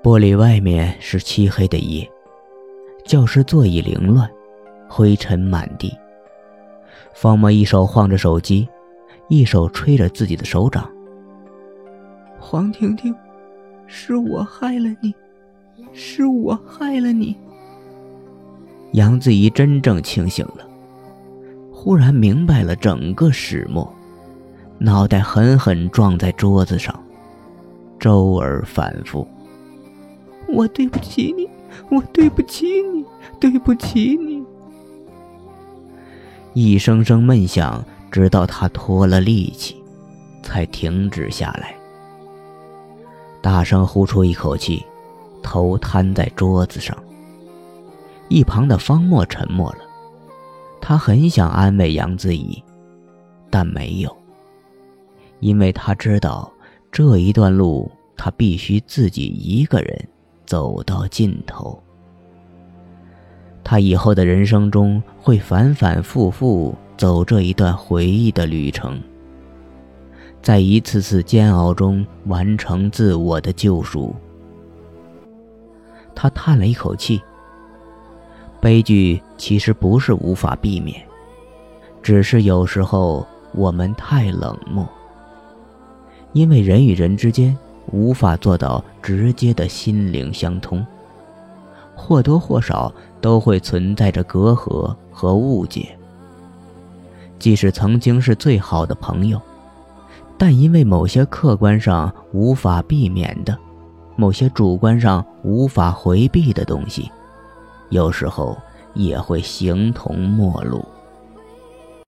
玻璃外面是漆黑的夜，教室座椅凌乱，灰尘满地。方墨一手晃着手机，一手吹着自己的手掌。 黄婷婷，是我害了你，是我害了你。 杨子怡真正清醒了，忽然明白了整个始末，脑袋狠狠撞在桌子上，周而反复。 我对不起你，我对不起你，对不起你。 一声声闷响，直到他脱了力气，才停止下来。大声呼出一口气，头瘫在桌子上。一旁的方墨沉默了，他很想安慰杨子怡，但没有，因为他知道这一段路他必须自己一个人走到尽头。他以后的人生中会反反复复走这一段回忆的旅程，在一次次煎熬中完成自我的救赎。他叹了一口气，悲剧其实不是无法避免，只是有时候我们太冷漠，因为人与人之间无法做到直接的心灵相通，或多或少都会存在着隔阂和误解。即使曾经是最好的朋友，但因为某些客观上无法避免的，某些主观上无法回避的东西，有时候也会形同陌路。